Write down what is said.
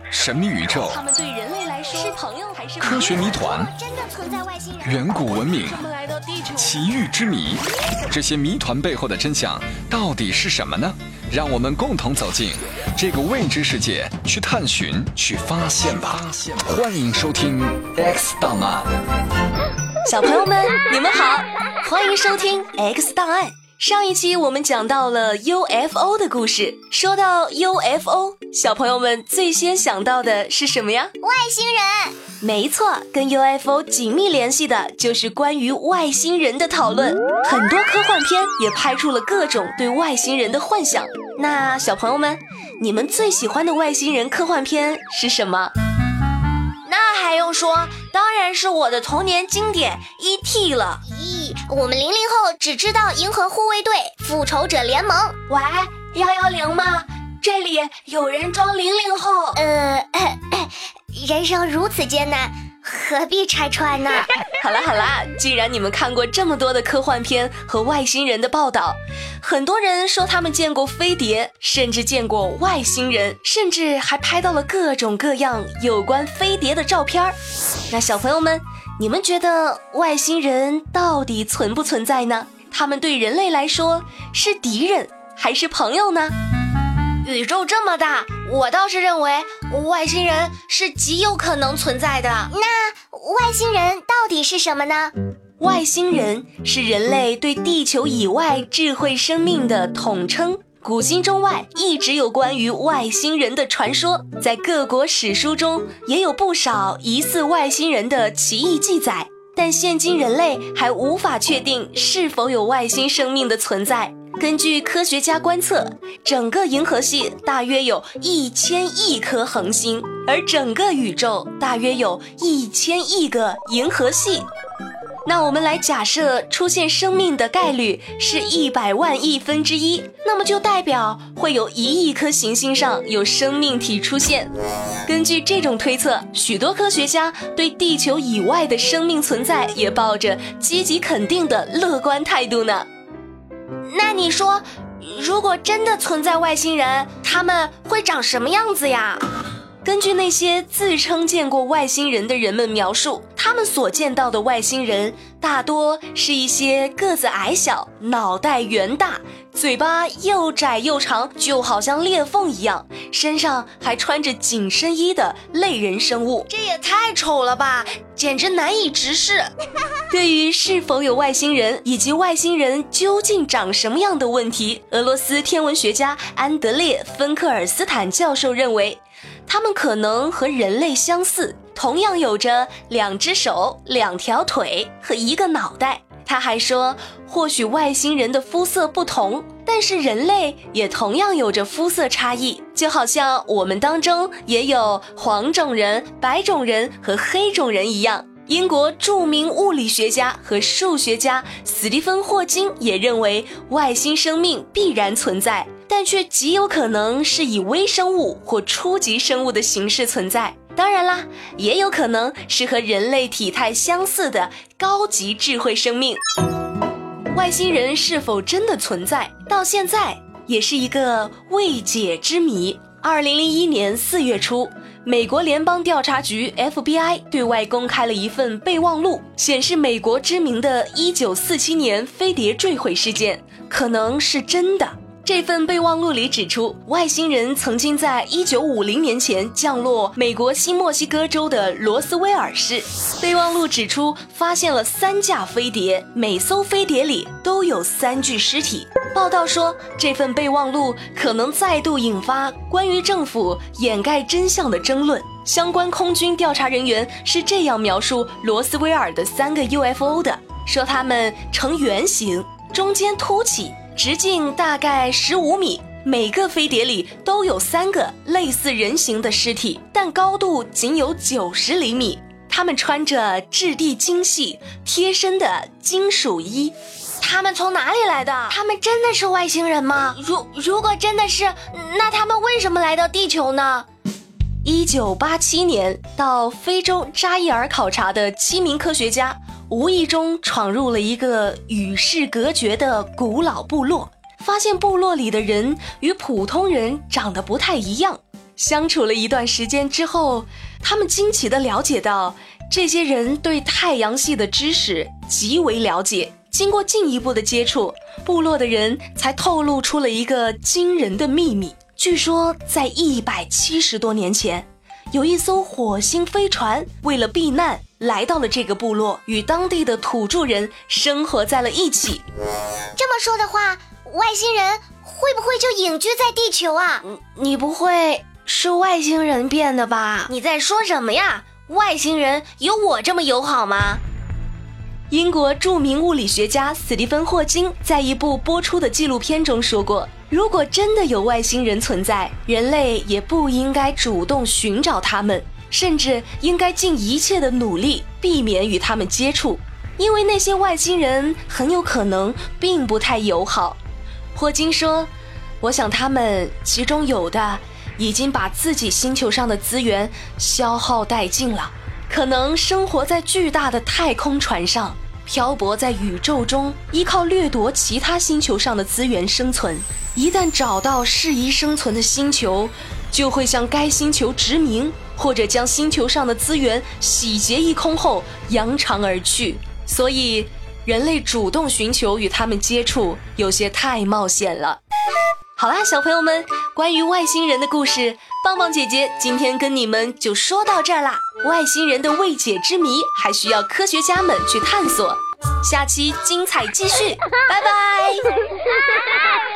神秘宇宙， 他们对人类来说是朋友还是科学谜团， 真的存在外星人？ 远古文明， 他们来到地球， 奇遇之谜，这些谜团背后的真相到底是什么呢？让我们共同走进这个未知世界，去探寻，去发现吧！欢迎收听 X 档案。 小朋友们，你们好，欢迎收听 X 档案。上一期我们讲到了 UFO 的故事，说到 UFO， 小朋友们最先想到的是什么呀？ 外星人。 没错，跟 UFO 紧密联系的就是关于外星人的讨论，很多科幻片也拍出了各种对外星人的幻想。那小朋友们，你们最喜欢的外星人科幻片是什么？ 那还用说，当然是我的童年经典 E.T. 了。 咦，我们00后只知道银河护卫队、复仇者联盟。 喂，110吗？这里有人装00后。 人生如此艰难，何必拆穿呢？ 好啦，既然你们看过这么多的科幻片和外星人的报道，很多人说他们见过飞碟，甚至见过外星人，甚至还拍到了各种各样有关飞碟的照片。那小朋友们，你们觉得外星人到底存不存在呢？他们对人类来说是敌人还是朋友呢？ 宇宙这么大，我倒是认为外星人是极有可能存在的。 那外星人到底是什么呢？ 外星人是人类对地球以外智慧生命的统称。古今中外一直有关于外星人的传说，在各国史书中也有不少疑似外星人的奇异记载，但现今人类还无法确定是否有外星生命的存在。根据科学家观测，整个银河系大约有1000亿颗恒星，而整个宇宙大约有1000亿个银河系。那我们来假设出现生命的概率是100万亿分之一，那么就代表会有1亿颗行星上有生命体出现。根据这种推测，许多科学家对地球以外的生命存在也抱着积极肯定的乐观态度呢。 那你说，如果真的存在外星人，他们会长什么样子呀？ 根据那些自称见过外星人的人们描述，他们所见到的外星人大多是一些个子矮小、脑袋圆大、嘴巴又窄又长，就好像裂缝一样，身上还穿着紧身衣的类人生物。 这也太丑了吧，简直难以直视。 对于是否有外星人以及外星人究竟长什么样的问题，俄罗斯天文学家安德烈·芬克尔斯坦教授认为，他们可能和人类相似，同样有着2只手、2条腿和1个脑袋。他还说，或许外星人的肤色不同，但是人类也同样有着肤色差异，就好像我们当中也有黄种人、白种人和黑种人一样。英国著名物理学家和数学家斯蒂芬·霍金也认为，外星生命必然存在，但却极有可能是以微生物或初级生物的形式存在。当然啦，也有可能是和人类体态相似的高级智慧生命。外星人是否真的存在，到现在也是一个未解之谜。2001年4月初，美国联邦调查局 FBI 对外公开了一份备忘录，显示美国知名的1947年飞碟坠毁事件可能是真的。这份备忘录里指出，外星人曾经在1950年前降落美国新墨西哥州的罗斯威尔市。备忘录指出，发现了3架飞碟，每艘飞碟里都有3具尸体。报道说，这份备忘录可能再度引发关于政府掩盖真相的争论。相关空军调查人员是这样描述罗斯威尔的3个 UFO 的，说它们呈圆形，中间凸起，直径大概15米，每个飞碟里都有3个类似人形的尸体，但高度仅有90厘米。他们穿着质地精细、贴身的金属衣。 他们从哪里来的？他们真的是外星人吗？如果真的是，那他们为什么来到地球呢 ？1987年到非洲扎伊尔考察的7名科学家无意中闯入了一个与世隔绝的古老部落，发现部落里的人与普通人长得不太一样， 相处了一段时间之后，他们惊奇地了解到，这些人对太阳系的知识极为了解。经过进一步的接触，部落的人才透露出了一个惊人的秘密。据说在170多年前，有一艘火星飞船为了避难来到了这个部落，与当地的土著人生活在了一起。 这么说的话，外星人会不会就隐居在地球啊？ 你不会是外星人变的吧？你在说什么呀？外星人有我这么友好吗？ 英国著名物理学家史蒂芬·霍金在一部播出的纪录片中说过，如果真的有外星人存在，人类也不应该主动寻找他们，甚至应该尽一切的努力避免与他们接触，因为那些外星人很有可能并不太友好。霍金说，我想他们其中有的已经把自己星球上的资源消耗殆尽了，可能生活在巨大的太空船上，漂泊在宇宙中，依靠掠夺其他星球上的资源生存。一旦找到适宜生存的星球，就会向该星球殖民，或者将星球上的资源洗劫一空后扬长而去。所以人类主动寻求与他们接触有些太冒险了。好啦，小朋友们，关于外星人的故事，棒棒姐姐今天跟你们就说到这儿啦。外星人的未解之谜还需要科学家们去探索，下期精彩继续，拜拜。